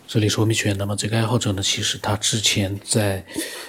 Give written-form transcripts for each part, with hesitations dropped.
这里是欧米圈。那么这个爱好者呢，其实他之前在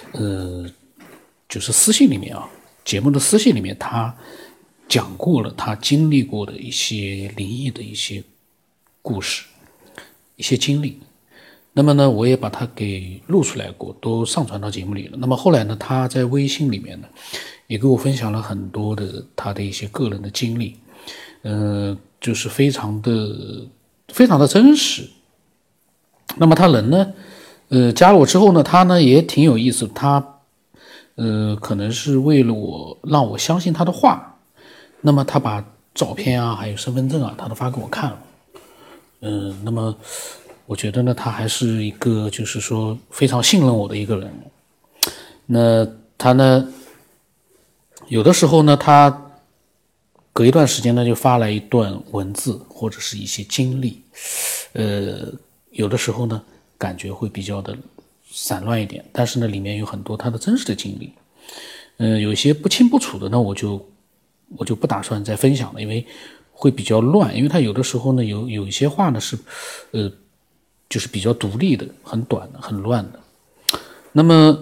就是私信里面节目的私信里面，他讲过了他经历过的一些灵异的一些故事，一些经历。那么呢，我也把它给录出来过，都上传到节目里了。那么后来呢，他在微信里面呢，也给我分享了很多的他的一些个人的经历，就是非常的真实。那么他人呢，加了我之后呢，他呢也挺有意思，他可能是为了让我相信他的话，那么他把照片啊，还有身份证啊，他都发给我看了。那么我觉得呢，他还是一个就是说非常信任我的一个人。那他呢，有的时候呢，他隔一段时间呢就发来一段文字或者是一些经历，有的时候呢感觉会比较的散乱一点，但是呢里面有很多他的真实的经历。有一些不清不楚的呢，我就不打算再分享了，因为会比较乱。因为他有的时候呢有一些话呢是就是比较独立的，很短的，很乱的。那么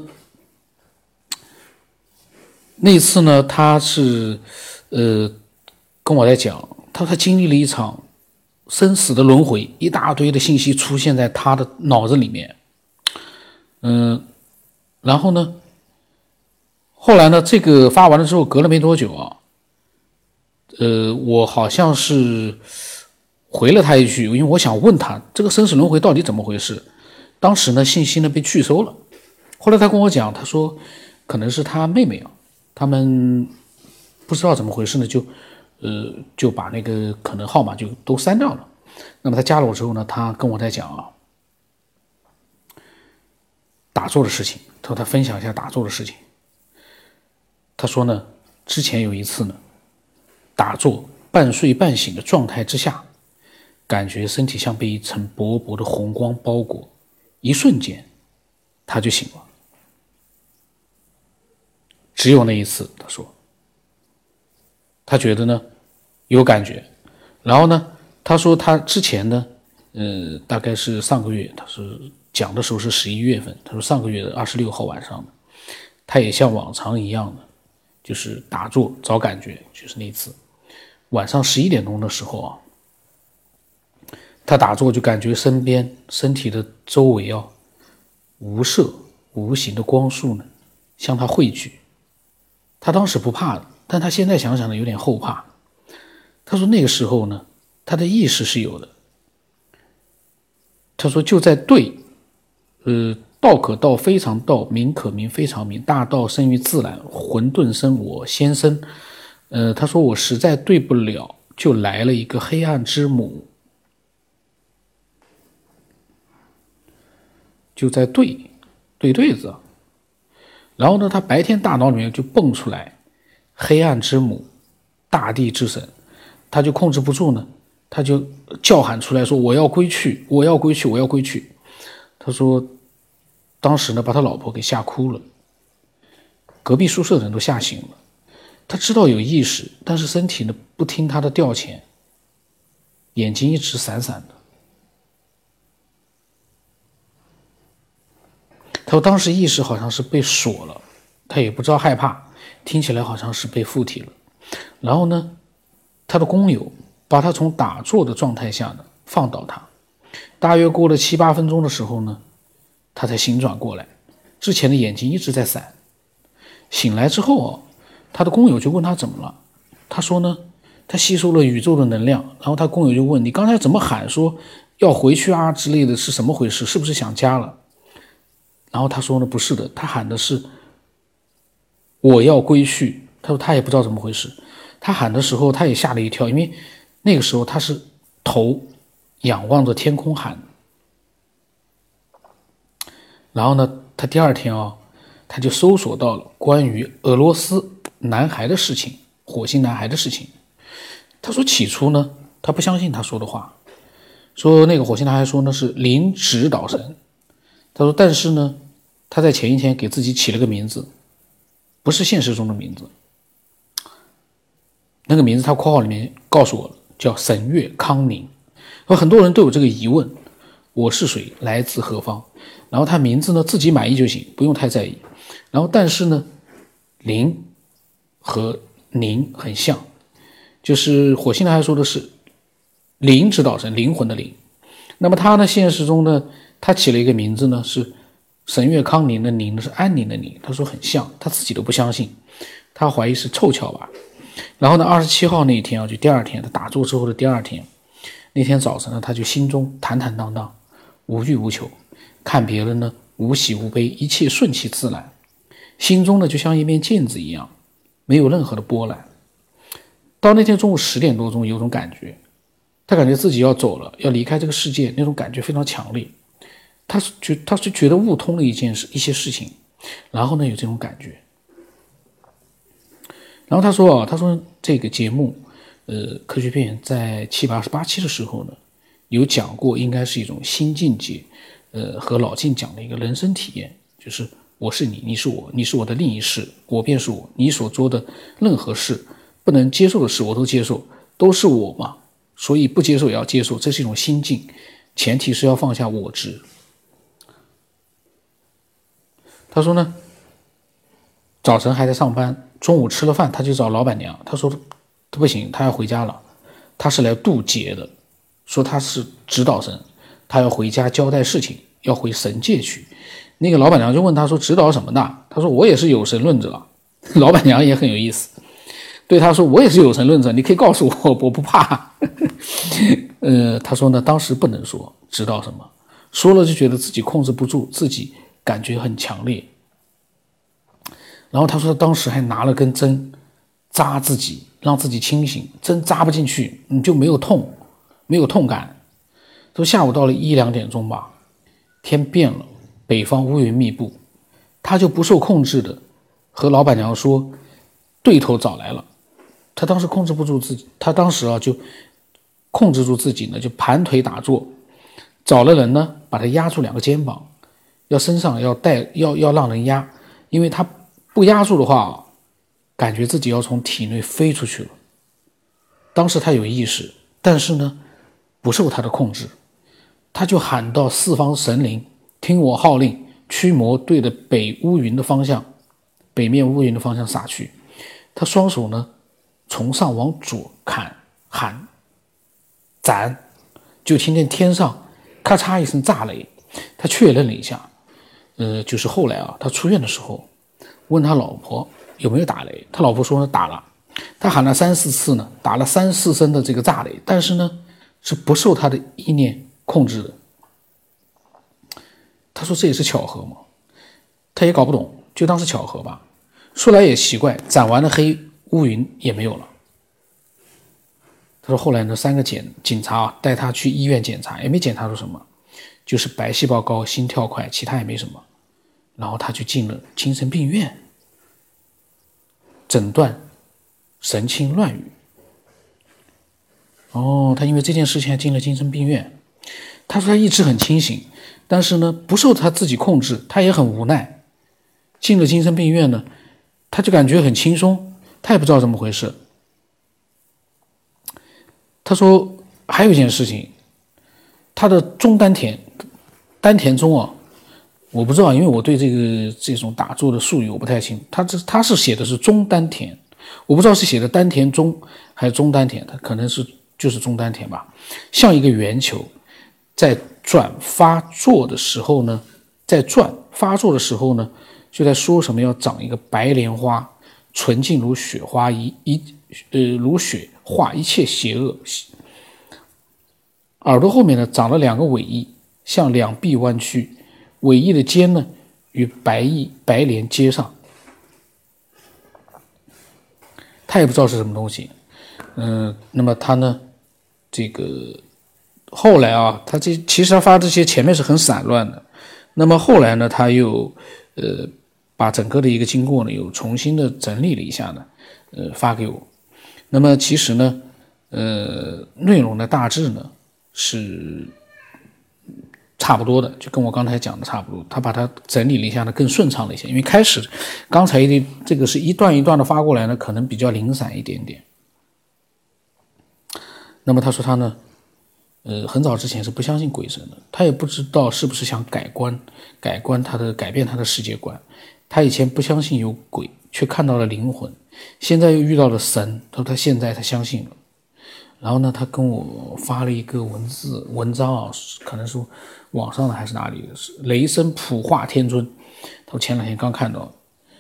那一次呢，他是跟我在讲，他经历了一场生死的轮回，一大堆的信息出现在他的脑子里面。然后呢，后来呢，这个发完了之后，隔了没多久我好像是回了他一句，因为我想问他这个生死轮回到底怎么回事。当时呢，信息呢被拒收了。后来他跟我讲，他说可能是他妹妹他们不知道怎么回事呢，就把那个可能号码就都删掉了。那么他加了我之后呢，他跟我在讲打坐的事情，他说他分享一下打坐的事情。他说呢，之前有一次呢，打坐半睡半醒的状态之下，感觉身体像被一层薄薄的红光包裹，一瞬间他就醒了。只有那一次，他说他觉得呢有感觉。然后呢，他说他之前呢大概是上个月，他是讲的时候是11月份，他说上个月的26号晚上的，他也像往常一样的就是打坐找感觉。就是那次晚上11点钟的时候他打坐就感觉身边身体的周围无色无形的光束呢向他汇聚。他当时不怕的，但他现在想想呢有点后怕。他说那个时候呢，他的意识是有的。他说就在对道可道非常道，名可名非常名，大道生于自然，混沌生我先生。他说我实在对不了，就来了一个黑暗之母。就在对子。然后呢，他白天大脑里面就蹦出来黑暗之母，大地之神，他就控制不住呢，他就叫喊出来说我要归去，我要归去，我要归去。他说当时呢把他老婆给吓哭了，隔壁宿舍的人都吓醒了。他知道有意识，但是身体呢不听他的调遣，眼睛一直闪闪的。他说当时意识好像是被锁了，他也不知道害怕，听起来好像是被附体了。然后呢，他的工友把他从打坐的状态下呢放倒他，大约过了7、8分钟的时候呢，他才醒转过来，之前的眼睛一直在闪。醒来之后他的工友就问他怎么了。他说呢，他吸收了宇宙的能量。然后他工友就问，你刚才怎么喊说要回去之类的，是什么回事？是不是想家了？然后他说呢，不是的，他喊的是我要归去。他说他也不知道怎么回事，他喊的时候他也吓了一跳，因为那个时候他是头仰望着天空喊。然后呢，他第二天他就搜索到了关于俄罗斯男孩的事情，火星男孩的事情。他说起初呢他不相信他说的话，说那个火星男孩说呢是灵指导神。他说但是呢他在前一天给自己起了个名字，不是现实中的名字，那个名字他括号里面告诉我了，叫沈月康宁。有很多人都有这个疑问， 我是谁，来自何方。然后他名字呢自己满意就行，不用太在意。然后但是呢，灵和灵很像，就是火星人还说的是灵指导神，灵魂的灵。那么他呢现实中呢，他起了一个名字呢是神月康宁的宁，是安宁的宁。他说很像，他自己都不相信，他怀疑是凑巧吧。然后呢27号那一天啊，就第二天，他打坐之后的第二天，那天早晨呢，他就心中坦坦荡荡，无欲无求，看别人呢无喜无悲，一切顺其自然，心中呢就像一面镜子一样，没有任何的波澜。到那天中午10点多钟，有种感觉，他感觉自己要走了，要离开这个世界，那种感觉非常强烈。他是觉得悟通了一些事情，然后呢有这种感觉。然后他说这个节目科学片在728期的时候呢有讲过，应该是一种新境界，和老静讲的一个人生体验，就是我是你，你是我，你是我的另一世，我便是我，你所做的任何事，不能接受的事我都接受，都是我嘛，所以不接受也要接受，这是一种心境，前提是要放下我执。他说呢，早晨还在上班，中午吃了饭他就找老板娘，他说不行，他要回家了，他是来渡劫的，说他是指导神，他要回家交代事情，要回神界去。那个老板娘就问他说指导什么的，他说我也是有神论者。老板娘也很有意思，对他说我也是有神论者，你可以告诉我，我不怕。他说呢，当时不能说指导什么，说了就觉得自己控制不住，自己感觉很强烈。然后他说当时还拿了根针扎自己，让自己清醒，针扎不进去你就没有痛感。说下午到了1-2点钟吧，天变了，北方乌云密布，他就不受控制的和老板娘说对头找来了。他当时控制不住自己，他当时就控制住自己呢，就盘腿打坐，找了人呢把他压住2个肩膀，要身上要让人压，因为他不压住的话感觉自己要从体内飞出去了。当时他有意识，但是呢不受他的控制，他就喊到四方神灵听我号令，驱魔对着北面乌云的方向撒去。他双手呢从上往左喊斩，就听见天上咔嚓一声炸雷。他确认了一下，就是后来他出院的时候问他老婆有没有打雷，他老婆说呢打了，他喊了3-4次呢，打了3-4声的这个炸雷，但是呢是不受他的意念控制的。他说这也是巧合吗？他也搞不懂，就当是巧合吧。说来也奇怪，斩完了黑乌云也没有了。他说后来呢3个警察带他去医院检查，也没检查出什么，就是白细胞高，心跳快，其他也没什么。然后他就进了精神病院，诊断神经乱语。他因为这件事情还进了精神病院。他说他一直很清醒，但是呢不受他自己控制，他也很无奈。进了精神病院呢，他就感觉很轻松，他也不知道怎么回事。他说还有一件事情，他的中丹田中我不知道，因为我对这种打坐的术语我不太清，他是写的是中丹田，我不知道是写的丹田中还是中丹田，他可能就是中丹田吧，像一个圆球，在发作的时候呢，就在说什么要长一个白莲花，纯净如雪花如雪化一切邪恶。耳朵后面呢长了2个尾翼，向两臂弯曲，尾翼的尖呢与白莲接上。他也不知道是什么东西。那么他呢这个后来他其实他发这些前面是很散乱的，那么后来呢他又把整个的一个经过呢又重新的整理了一下呢发给我。那么其实呢内容的大致呢是差不多的，就跟我刚才讲的差不多，他把它整理了一下呢更顺畅了一些，因为开始刚才这个是一段一段的发过来呢可能比较零散一点点。那么他说他呢很早之前是不相信鬼神的，他也不知道是不是想改变他的世界观。他以前不相信有鬼，却看到了灵魂，现在又遇到了神，他说他现在他相信了。然后呢，他跟我发了一个文章啊，可能是网上的还是哪里的，是雷声普化天尊，他前两天刚看到。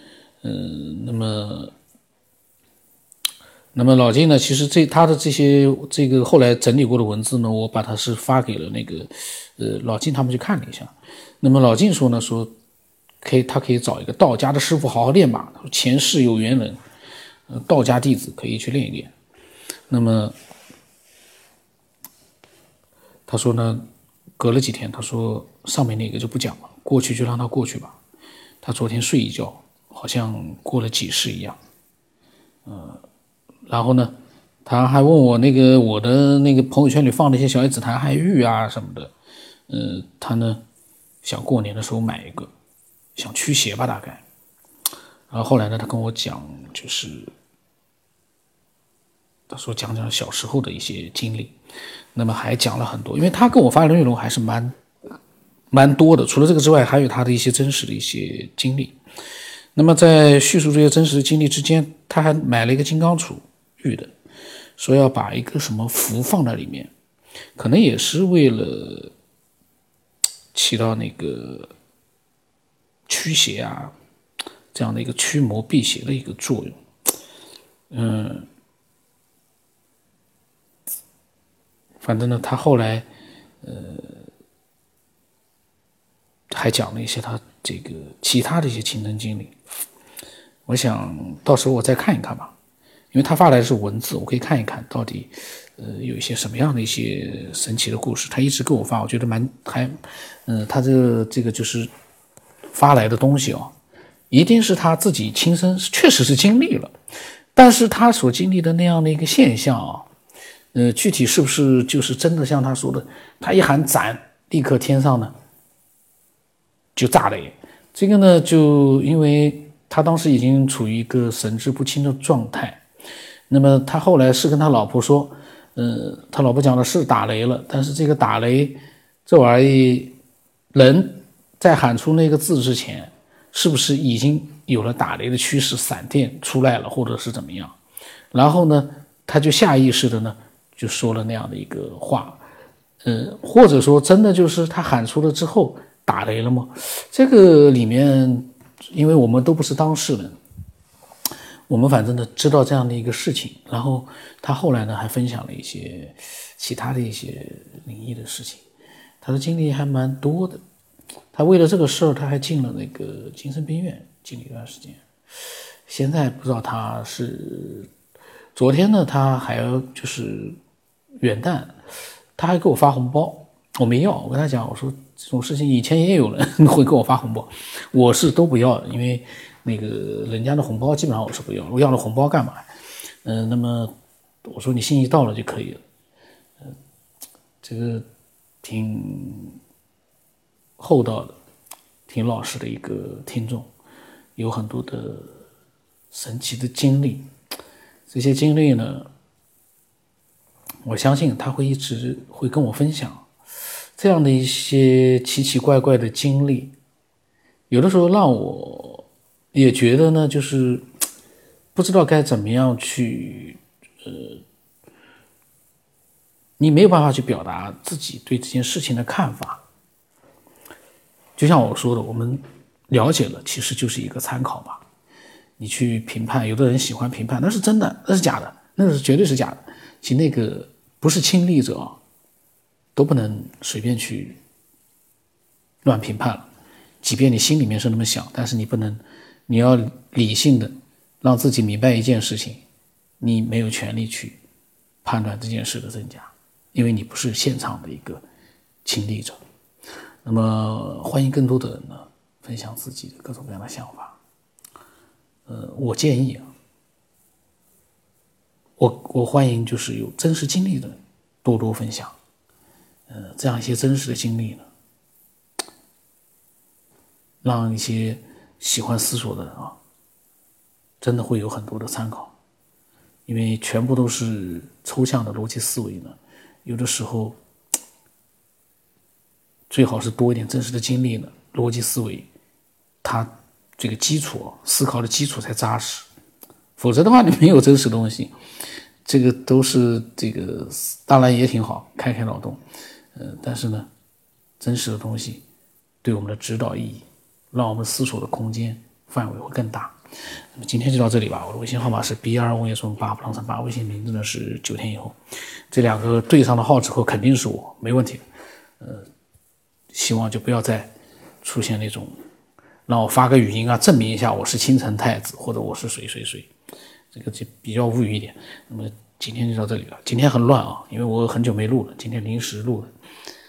那么老金呢，其实他的这个后来整理过的文字呢，我把它是发给了那个老金他们去看了一下。那么老金说呢，他可以找一个道家的师傅好好练吧，前世有缘人，道家弟子可以去练一练。那么他说呢，隔了几天，他说上面那个就不讲了，过去就让他过去吧。他昨天睡一觉，好像过了几世一样。然后呢，他还问我我的那个朋友圈里放那些小叶紫檀还玉啊什么的。他呢想过年的时候买一个，想驱邪吧大概。然后后来呢，他跟我讲，就是他说讲小时候的一些经历，那么还讲了很多，因为他跟我发的内容还是蛮多的。除了这个之外，还有他的一些真实的一些经历。那么在叙述这些真实的经历之间，他还买了一个金刚杵玉的，说要把一个什么符放在里面，可能也是为了起到那个驱邪啊这样的一个驱魔辟邪的一个作用。反正呢，他后来还讲了一些他这个其他的一些亲身经历。我想到时候我再看一看吧，因为他发来的是文字，我可以看一看到底有一些什么样的一些神奇的故事。他一直给我发，我觉得他这个就是发来的东西哦，一定是他自己亲身确实是经历了，但是他所经历的那样的一个现象啊，具体是不是就是真的像他说的，他一喊斩，立刻天上呢就炸雷。这个呢，就因为他当时已经处于一个神志不清的状态，那么他后来是跟他老婆说，他老婆讲的是打雷了，但是这个打雷这玩意，人在喊出那个字之前，是不是已经有了打雷的趋势，闪电出来了，或者是怎么样？然后呢，他就下意识的呢，就说了那样的一个话，或者说真的就是他喊出了之后打雷了吗？这个里面，因为我们都不是当事人，我们反正呢知道这样的一个事情。然后他后来呢还分享了一些其他的一些灵异的事情，他的经历还蛮多的。他为了这个事儿，他还进了那个精神病院，进了一段时间。现在不知道他是，昨天呢他还要就是元旦，他还给我发红包，我没要。我跟他讲，我说这种事情以前也有人会给我发红包，我是都不要，因为那个人家的红包基本上我是不要，我要了红包干嘛？那么我说你心意到了就可以了。这个挺厚道的，挺老实的一个听众，有很多的神奇的经历。这些经历呢，我相信他会一直会跟我分享这样的一些奇奇怪怪的经历。有的时候让我也觉得呢，就是不知道该怎么样去你没有办法去表达自己对这件事情的看法。就像我说的，我们了解了其实就是一个参考嘛，你去评判，有的人喜欢评判，那是真的，那是假的，那是绝对是假的。其实那个不是亲历者都不能随便去乱评判了，即便你心里面是那么想，但是你不能，你要理性的让自己明白一件事情，你没有权利去判断这件事的真假，因为你不是现场的一个亲历者。那么欢迎更多的人呢分享自己的各种各样的想法。我建议我欢迎就是有真实经历的人多多分享。这样一些真实的经历呢，让一些喜欢思索的人真的会有很多的参考。因为全部都是抽象的逻辑思维呢，有的时候最好是多一点真实的经历呢，逻辑思维，它这个基础思考的基础才扎实。否则的话，你没有真实的东西，这个都是这个当然也挺好，开开脑洞，但是呢，真实的东西对我们的指导意义，让我们思索的空间范围会更大。那么今天就到这里吧。我的微信号码是 B2 8 8 微信名字呢是9天以后，这2个对上的号之后肯定是我，没问题的。希望就不要再出现那种让我发个语音啊，证明一下我是青城太子或者我是谁，这个就比较无语一点。那么今天就到这里了。今天很乱啊，因为我很久没录了，今天临时录的。